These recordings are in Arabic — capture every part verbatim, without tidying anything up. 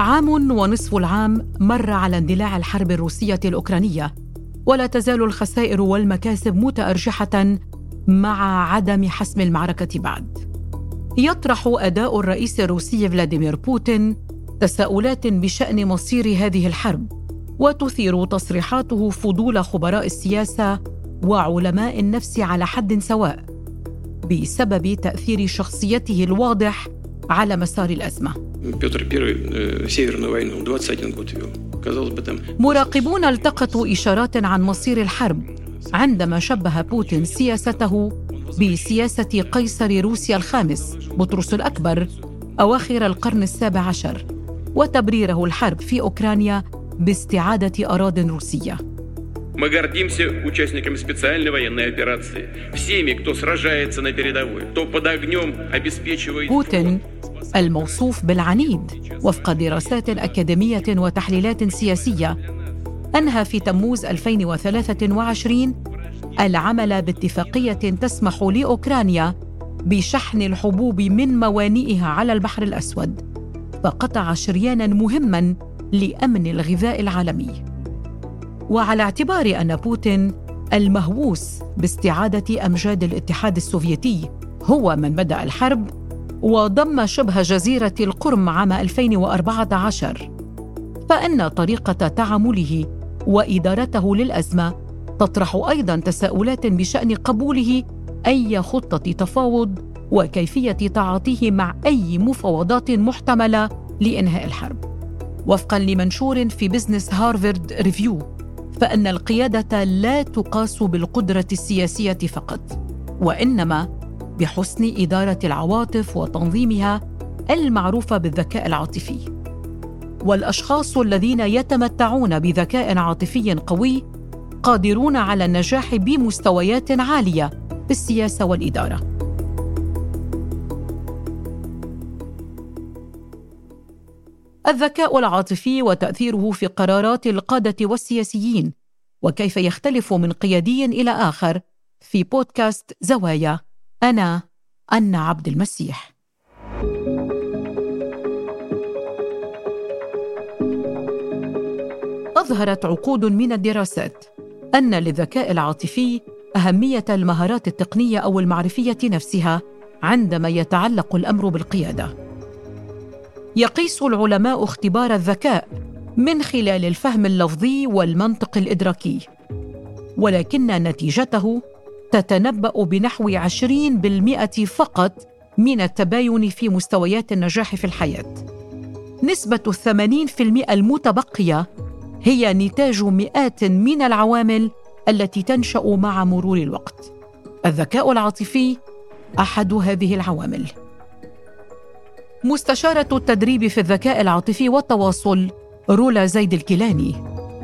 عام ونصف العام مر على اندلاع الحرب الروسية الأوكرانية، ولا تزال الخسائر والمكاسب متأرجحة مع عدم حسم المعركة بعد. يطرح أداء الرئيس الروسي فلاديمير بوتين تساؤلات بشأن مصير هذه الحرب، وتثير تصريحاته فضول خبراء السياسة وعلماء النفس على حد سواء بسبب تأثير شخصيته الواضح على مسار الأزمة. مراقبون التقطوا إشارات عن مصير الحرب عندما شبه بوتين سياسته بسياسة قيصر روسيا الخامس بطرس الأكبر أواخر القرن السابع عشر، وتبريره الحرب في أوكرانيا باستعادة أراضٍ روسية. Мы гордимся участниками специальной военной операции, всеми, кто сражается на передовой, кто под огнем обеспечивает. بوتين الموصوف بالعنيد وفق دراسات أكاديمية وتحليلات سياسية أنهى في تموز ألفين وثلاثة وعشرين العمل باتفاقية تسمح لأوكرانيا بشحن الحبوب من موانئها على البحر الأسود، فقطع شرياناً مهماً لأمن الغذاء العالمي. وعلى اعتبار أن بوتين المهووس باستعادة أمجاد الاتحاد السوفيتي هو من بدأ الحرب وضم شبه جزيرة القرم عام ألفين وأربعة عشر، فإن طريقة تعامله وإدارته للأزمة تطرح أيضاً تساؤلات بشأن قبوله أي خطة تفاوض وكيفية تعاطيه مع أي مفاوضات محتملة لإنهاء الحرب. وفقاً لمنشور في بزنس هارفارد ريفيو، فإن القيادة لا تقاس بالقدرة السياسية فقط، وإنما بحسن إدارة العواطف وتنظيمها المعروفة بالذكاء العاطفي. والأشخاص الذين يتمتعون بذكاء عاطفي قوي قادرون على النجاح بمستويات عالية في السياسة والإدارة. الذكاء العاطفي وتأثيره في قرارات القادة والسياسيين، وكيف يختلف من قيادي إلى آخر، في بودكاست زوايا. أنا أنا عبد المسيح. أظهرت عقود من الدراسات أن للذكاء العاطفي أهمية المهارات التقنية أو المعرفية نفسها عندما يتعلق الأمر بالقيادة. يقيس العلماء اختبار الذكاء من خلال الفهم اللفظي والمنطق الإدراكي، ولكن نتيجته تتنبأ بنحو عشرين بالمئة فقط من التباين في مستويات النجاح في الحياة. نسبة الثمانين بالمئة المتبقية هي نتاج مئات من العوامل التي تنشأ مع مرور الوقت. الذكاء العاطفي أحد هذه العوامل. مستشارة التدريب في الذكاء العاطفي والتواصل رولا زيد الكيلاني.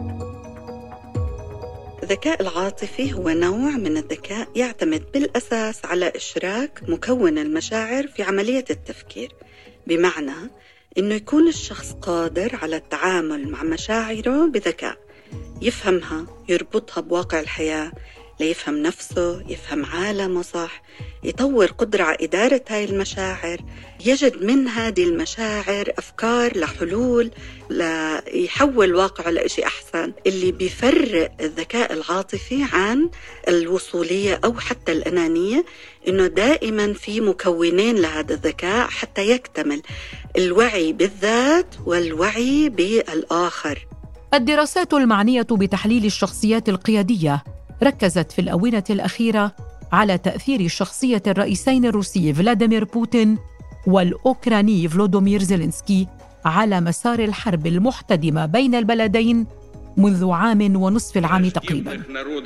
الذكاء العاطفي هو نوع من الذكاء يعتمد بالأساس على إشراك مكون المشاعر في عملية التفكير، بمعنى إنه يكون الشخص قادر على التعامل مع مشاعره بذكاء، يفهمها، يربطها بواقع الحياة، ليفهم نفسه، يفهم عالمه صح، يطور قدرة على إدارة هاي المشاعر، يجد من هذه المشاعر أفكار لحلول، ليحول واقعه لإشي أحسن. اللي بيفرق الذكاء العاطفي عن الوصولية أو حتى الأنانية إنه دائما في مكونين لهذا الذكاء حتى يكتمل: الوعي بالذات والوعي بالآخر. الدراسات المعنية بتحليل الشخصيات القيادية ركزت في الآونة الأخيرة على تأثير شخصية الرئيسين الروسي فلاديمير بوتين والأوكراني فلودومير زيلينسكي على مسار الحرب المحتدمة بين البلدين منذ عام ونصف العام تقريباً.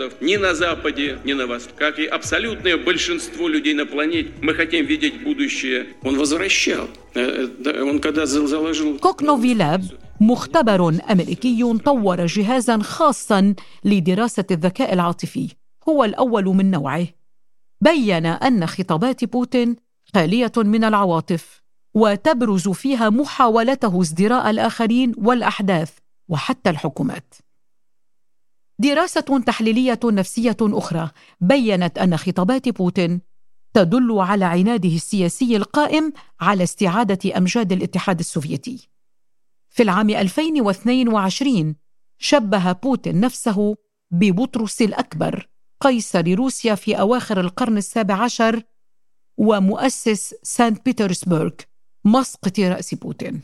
كوكنوفي لاب، مختبر أمريكي طور جهازاً خاصاً لدراسة الذكاء العاطفي، هو الأول من نوعه، بيّن أن خطابات بوتين خالية من العواطف، وتبرز فيها محاولته ازدراء الآخرين والأحداث وحتى الحكومات. دراسة تحليلية نفسية أخرى بيّنت أن خطابات بوتين تدل على عناده السياسي القائم على استعادة أمجاد الاتحاد السوفيتي. في العام ألفين واثنين وعشرين شبه بوتين نفسه ببطرس الأكبر قيصر روسيا في أواخر القرن السابع عشر ومؤسس سانت بطرسبرغ، مسقط رأس بوتين.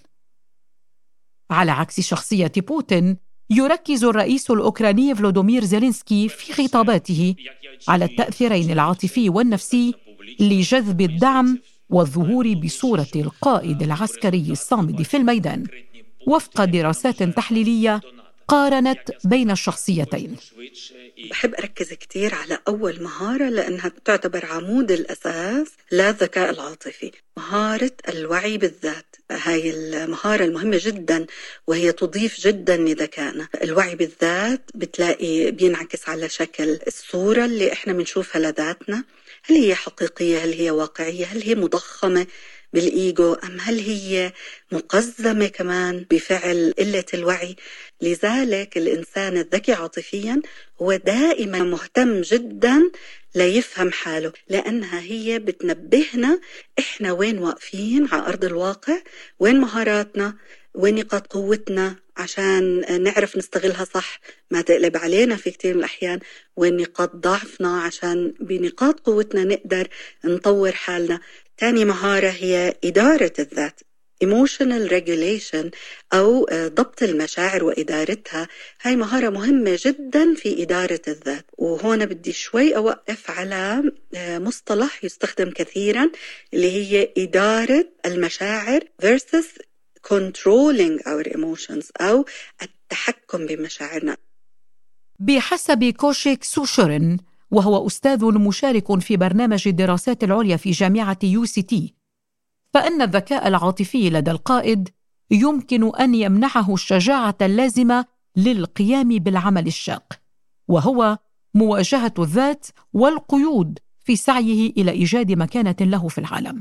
على عكس شخصية بوتين، يركز الرئيس الأوكراني فلودومير زيلينسكي في خطاباته على التأثيرين العاطفي والنفسي لجذب الدعم والظهور بصورة القائد العسكري الصامد في الميدان، وفق دراسات تحليلية قارنت بين الشخصيتين. بحب أركز كتير على أول مهارة لأنها تعتبر عمود الأساس للذكاء العاطفي، مهارة الوعي بالذات. هاي المهارة المهمة جدا وهي تضيف جدا لذكائنا. الوعي بالذات بتلاقي بينعكس على شكل الصورة اللي إحنا بنشوفها لذاتنا، هل هي حقيقية، هل هي واقعية، هل هي مضخمة بالإيجو، أم هل هي مقزمة كمان بفعل قلة الوعي. لذلك الإنسان الذكي عاطفيا هو دائما مهتم جدا ليفهم حاله، لأنها هي بتنبهنا إحنا وين واقفين على أرض الواقع، وين مهاراتنا، وين نقاط قوتنا عشان نعرف نستغلها صح، ما تقلب علينا في كتير من الأحيان، وين نقاط ضعفنا عشان بنقاط قوتنا نقدر نطور حالنا. تاني مهارة هي إدارة الذات، emotional regulation أو ضبط المشاعر وإدارتها. هاي مهارة مهمة جدا في إدارة الذات. وهنا بدي شوي أوقف على مصطلح يستخدم كثيرا اللي هي إدارة المشاعر versus controlling our emotions أو التحكم بمشاعرنا. بحسب كوشيك سوشورين، وهو أستاذ مشارك في برنامج الدراسات العليا في جامعة يو سي تي، فإن الذكاء العاطفي لدى القائد يمكن أن يمنحه الشجاعة اللازمة للقيام بالعمل الشاق، وهو مواجهة الذات والقيود في سعيه إلى إيجاد مكانة له في العالم.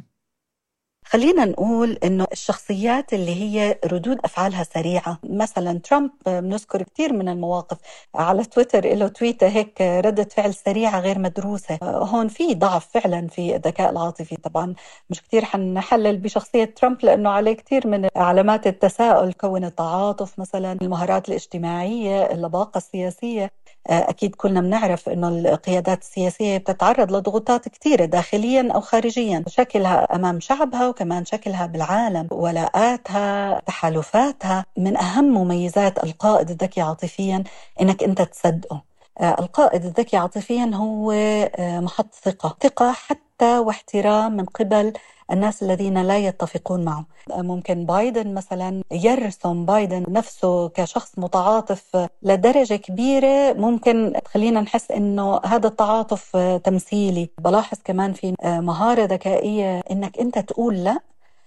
خلينا نقول إنه الشخصيات اللي هي ردود أفعالها سريعة، مثلا ترامب بنذكر كتير من المواقف على تويتر له تويتة هيك ردة فعل سريعة غير مدروسة. هون في ضعف فعلا في الذكاء العاطفي. طبعا مش كتير حنحلل بشخصية ترامب لأنه عليه كتير من علامات التساؤل، كون التعاطف مثلا، المهارات الاجتماعية، اللباقة السياسية. أكيد كلنا بنعرف إنه القيادات السياسية بتتعرض لضغوطات كتيرة داخليا أو خارجيا، شكلها أمام شعبها وكمان شكلها بالعالم، ولاءاتها، تحالفاتها. من أهم مميزات القائد الذكي عاطفيا إنك أنت تصدقه. القائد الذكي عاطفيا هو محط ثقة ثقة حتى واحترام من قبل الناس الذين لا يتفقون معه. ممكن بايدن مثلا يرسم بايدن نفسه كشخص متعاطف لدرجة كبيرة، ممكن تخلينا نحس إنه هذا التعاطف تمثيلي. بلاحظ كمان في مهارة ذكائية إنك أنت تقول لا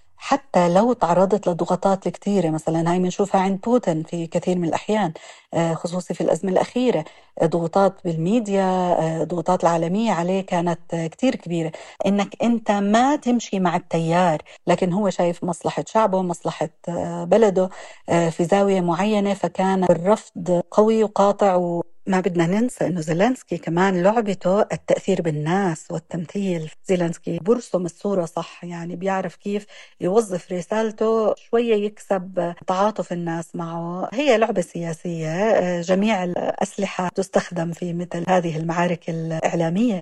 حتى لو تعرضت لضغوطات كثيرة. مثلا هاي بنشوفها عند بوتين في كثير من الأحيان، خصوصي في الأزمة الأخيرة. ضغوطات بالميديا، ضغوطات العالمية عليه كانت كتير كبيرة. إنك أنت ما تمشي مع التيار، لكن هو شايف مصلحة شعبه، مصلحة بلده في زاوية معينة، فكان الرفض قوي وقاطع. و ما بدنا ننسى إنه زيلينسكي كمان لعبته التأثير بالناس والتمثيل. زيلينسكي برسم الصورة صح، يعني بيعرف كيف يوظف رسالته شوية يكسب تعاطف الناس معه. هي لعبة سياسية، جميع الأسلحة تستخدم في مثل هذه المعارك الإعلامية.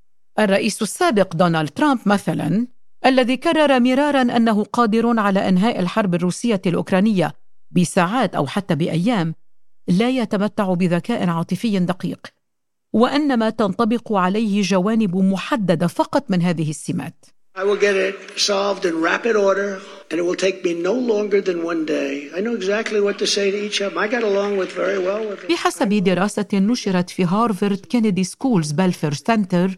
الرئيس السابق دونالد ترامب مثلا، الذي كرر مرارا أنه قادر على إنهاء الحرب الروسية الأوكرانية بساعات أو حتى بأيام، لا يتمتع بذكاء عاطفي دقيق، وإنما تنطبق عليه جوانب محددة فقط من هذه السمات. I will get it solved in rapid order and it will take me no longer than one day. I know exactly what to say to each of them. I got along with very well with them. بحسب دراسة نشرت في هارفارد كينيدي سكولز بلفير سنتر،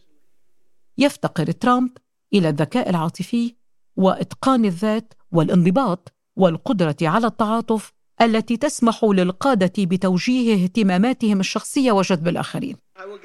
يفتقر ترامب إلى الذكاء العاطفي وإتقان الذات والانضباط والقدرة على التعاطف التي تسمح للقادة بتوجيه اهتماماتهم الشخصية وجذب الآخرين.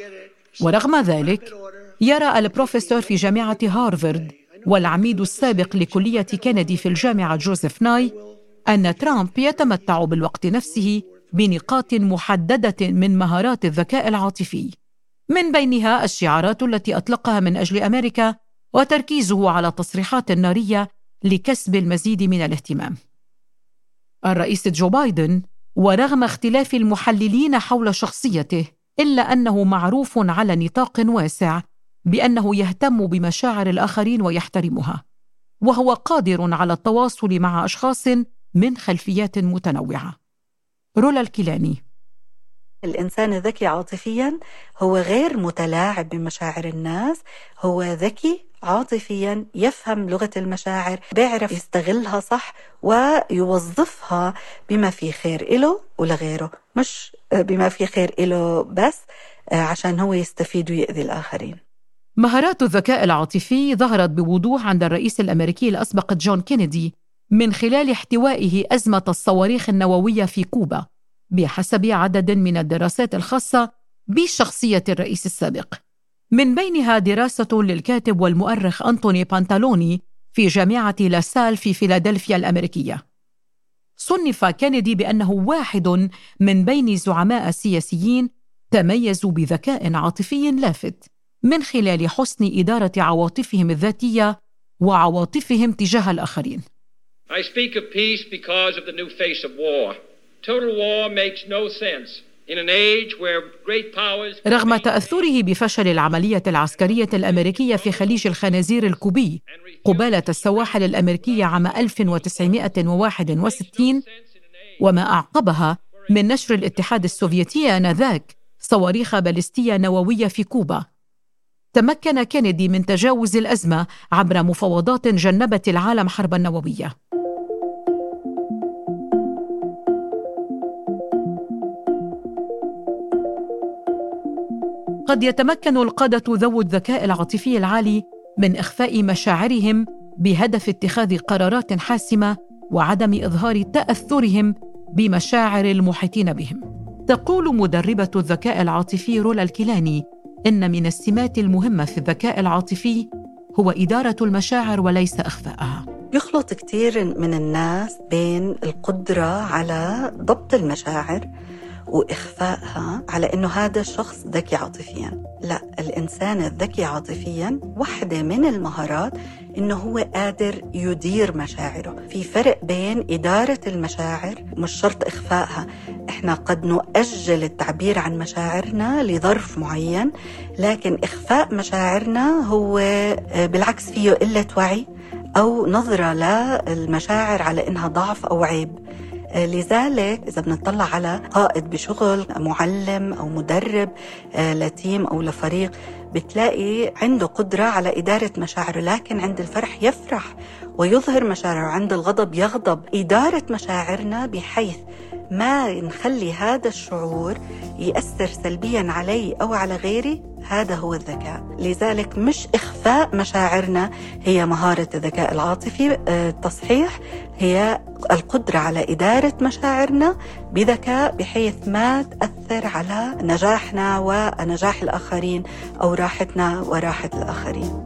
ورغم ذلك، يرى البروفيسور في جامعة هارفارد والعميد السابق لكلية كينيدي في الجامعة جوزيف ناي أن ترامب يتمتع بالوقت نفسه بنقاط محددة من مهارات الذكاء العاطفي، من بينها الشعارات التي أطلقها من أجل أمريكا وتركيزه على تصريحات نارية لكسب المزيد من الاهتمام. الرئيس جو بايدن، ورغم اختلاف المحللين حول شخصيته، إلا أنه معروف على نطاق واسع بأنه يهتم بمشاعر الآخرين ويحترمها، وهو قادر على التواصل مع أشخاص من خلفيات متنوعة. رولا الكيلاني: الإنسان الذكي عاطفياً هو غير متلاعب بمشاعر الناس، هو ذكي عاطفياً، يفهم لغة المشاعر، بيعرف يستغلها صح ويوظفها بما في خير إله ولغيره، مش بما في خير إله بس عشان هو يستفيد ويؤذي الآخرين. مهارات الذكاء العاطفي ظهرت بوضوح عند الرئيس الأمريكي الأسبق جون كينيدي من خلال احتوائه أزمة الصواريخ النووية في كوبا، بحسب عدد من الدراسات الخاصة بشخصية الرئيس السابق، من بينها دراسة للكاتب والمؤرخ أنتوني بانتالوني في جامعة لاسال في فيلادلفيا الأمريكية. صنف كينيدي بأنه واحد من بين زعماء سياسيين تميزوا بذكاء عاطفي لافت من خلال حسن إدارة عواطفهم الذاتية وعواطفهم تجاه الآخرين. I speak of peace because of the new face of war. Total war makes no sense in an age where great powers. رغم تأثره بفشل العملية العسكرية الأمريكية في خليج الخنازير الكوبي قبالة السواحل الأمريكية عام ألف وتسعمائة وواحد وستين، وما أعقبها من نشر الاتحاد السوفيتي آنذاك صواريخ باليستية نووية في كوبا، تمكن كينيدي من تجاوز الأزمة عبر مفاوضات جنبت العالم حرباً نووية. قد يتمكن القادة ذوو الذكاء العاطفي العالي من إخفاء مشاعرهم بهدف اتخاذ قرارات حاسمة وعدم إظهار تأثرهم بمشاعر المحيطين بهم. تقول مدربة الذكاء العاطفي رولا الكيلاني إن من السمات المهمة في الذكاء العاطفي هو إدارة المشاعر وليس إخفاءها. يخلط كتير من الناس بين القدرة على ضبط المشاعر وإخفائها على إنه هذا الشخص ذكي عاطفياً. لا، الإنسان الذكي عاطفياً واحدة من المهارات إنه هو قادر يدير مشاعره. في فرق بين إدارة المشاعر، مش شرط إخفائها. إحنا قد نؤجل التعبير عن مشاعرنا لظرف معين، لكن إخفاء مشاعرنا هو بالعكس فيه قلة وعي أو نظرة للمشاعر على إنها ضعف أو عيب. لذلك إذا بنطلع على قائد بشغل، معلم أو مدرب لتيم أو لفريق، بتلاقي عنده قدرة على إدارة مشاعره، لكن عند الفرح يفرح ويظهر مشاعره، عند الغضب يغضب. إدارة مشاعرنا بحيث ما نخلي هذا الشعور يأثر سلبياً علي أو على غيري، هذا هو الذكاء. لذلك مش إخفاء مشاعرنا هي مهارة الذكاء العاطفي، التصحيح هي القدرة على إدارة مشاعرنا بذكاء بحيث ما تأثر على نجاحنا ونجاح الآخرين أو راحتنا وراحة الآخرين.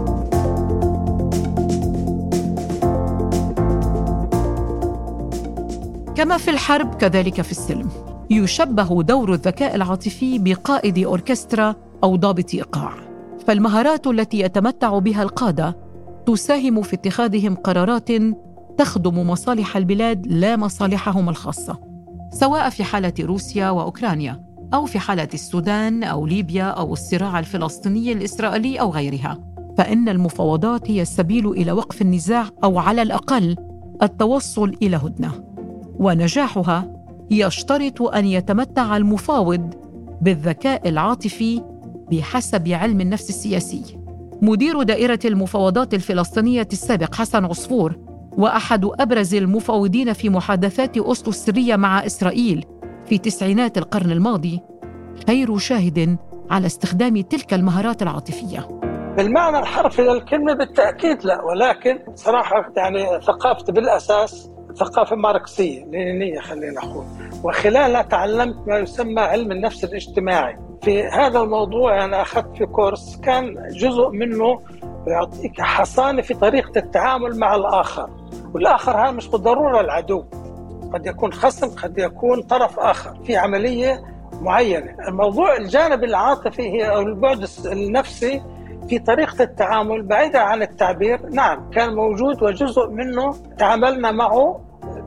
كما في الحرب كذلك في السلم، يشبه دور الذكاء العاطفي بقائد أوركسترا أو ضابط إيقاع، فالمهارات التي يتمتع بها القادة تساهم في اتخاذهم قرارات تخدم مصالح البلاد لا مصالحهم الخاصة، سواء في حالة روسيا وأوكرانيا أو في حالة السودان أو ليبيا أو الصراع الفلسطيني الإسرائيلي أو غيرها. فإن المفاوضات هي السبيل إلى وقف النزاع أو على الأقل التوصل إلى هدنة، ونجاحها يشترط أن يتمتع المفاوض بالذكاء العاطفي بحسب علم النفس السياسي. مدير دائرة المفاوضات الفلسطينية السابق حسن عصفور، وأحد أبرز المفاوضين في محادثات أوسلو السرية مع إسرائيل في تسعينات القرن الماضي، خير شاهد على استخدام تلك المهارات العاطفية. بالمعنى الحرفي للكلمة بالتأكيد لا، ولكن صراحة يعني ثقافتي بالأساس ثقافة ماركسية لينية خلينا نقول، وخلالها تعلمت ما يسمى علم النفس الاجتماعي. في هذا الموضوع أنا أخذت في كورس كان جزء منه يعطيك حصانة في طريقة التعامل مع الآخر، والآخر هذا مش بالضرورة العدو، قد يكون خصم، قد يكون طرف آخر في عملية معينة. الموضوع الجانب العاطفي هي البعد النفسي في طريقة التعامل بعيدة عن التعبير، نعم كان موجود وجزء منه تعاملنا معه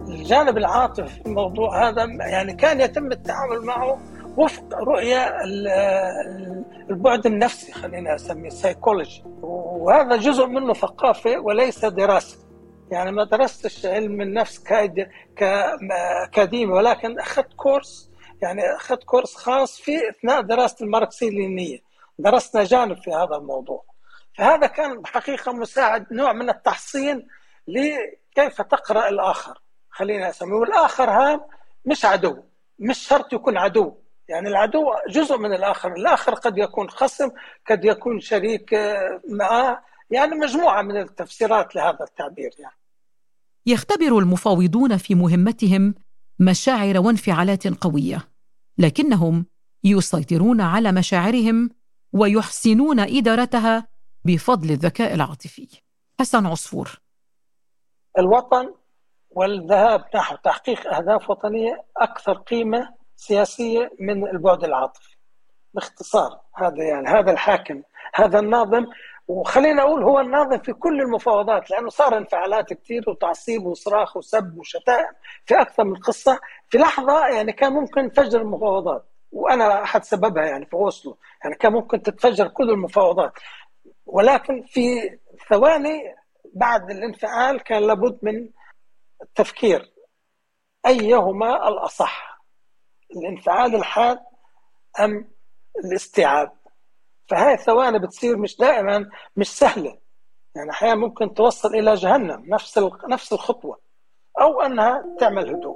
الجانب العاطفي في الموضوع هذا يعني كان يتم التعامل معه وفق رؤية البعد النفسي، خلينا أسميه سايكولوجي، وهذا جزء منه ثقافة وليس دراسة. يعني ما درستش علم النفس كأكاديمي، ولكن أخذت كورس، يعني أخذت كورس خاص في أثناء دراسة الماركسية اللينية، درسنا جانب في هذا الموضوع. فهذا كان بحقيقة مساعد، نوع من التحصين لكيف تقرأ الآخر، خلينا أسميه. والآخر هام مش عدو، مش شرط يكون عدو، يعني العدو جزء من الآخر، الآخر قد يكون خصم، قد يكون شريك معه، يعني مجموعة من التفسيرات لهذا التعبير. يعني يختبر المفاوضون في مهمتهم مشاعر وانفعالات قوية، لكنهم يسيطرون على مشاعرهم ويحسنون إدارتها بفضل الذكاء العاطفي. حسن عصفور. الوطن والذهاب نحو تحقيق أهداف وطنية أكثر قيمة سياسية من البعد العاطفي باختصار. هذا يعني هذا الحاكم، هذا الناظم، وخلينا أقول هو الناظم في كل المفاوضات، لأنه صار انفعالات كتير وتعصيب وصراخ وسب وشتائم في أكثر من قصة في لحظة. يعني كان ممكن فجر المفاوضات، وأنا أحد سببها يعني في أوسلو، يعني كان ممكن تتفجر كل المفاوضات، ولكن في ثواني بعد الانفعال كان لابد من التفكير أيهما الأصح، الانفعال الحاد أم الاستيعاب. فهاي الثواني بتصير مش دائما مش سهلة، يعني أحيانا ممكن توصل إلى جهنم نفس نفس الخطوة، أو أنها تعمل هدوء.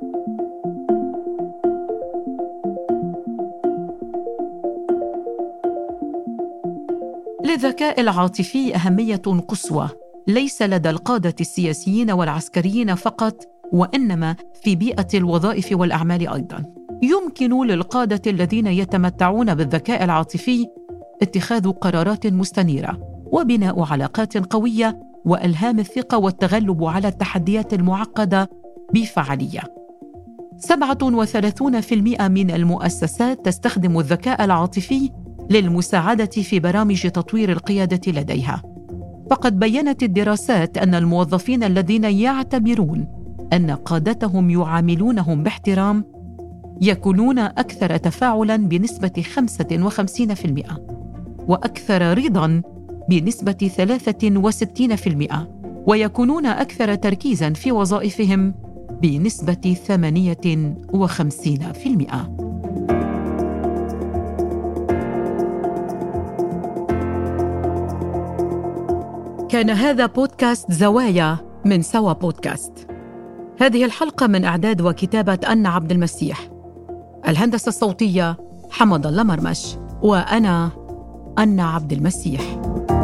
للذكاء العاطفي أهمية قصوى ليس لدى القادة السياسيين والعسكريين فقط، وإنما في بيئة الوظائف والأعمال أيضاً. يمكن للقادة الذين يتمتعون بالذكاء العاطفي اتخاذ قرارات مستنيرة وبناء علاقات قوية وإلهام الثقة والتغلب على التحديات المعقدة بفعالية. سبعة وثلاثين بالمئة من المؤسسات تستخدم الذكاء العاطفي للمساعدة في برامج تطوير القيادة لديها. فقد بيّنت الدراسات أن الموظفين الذين يعتبرون أن قادتهم يعاملونهم باحترام يكونون أكثر تفاعلاً بنسبة خمسة وخمسين بالمئة، وأكثر رضاً بنسبة ثلاثة وستين بالمئة، ويكونون أكثر تركيزاً في وظائفهم بنسبة ثمانية وخمسين بالمئة. كان هذا بودكاست زوايا من سوا بودكاست. هذه الحلقة من إعداد وكتابة أنا عبد المسيح، الهندسة الصوتية حمد الله مرمش، وأنا أنا عبد المسيح.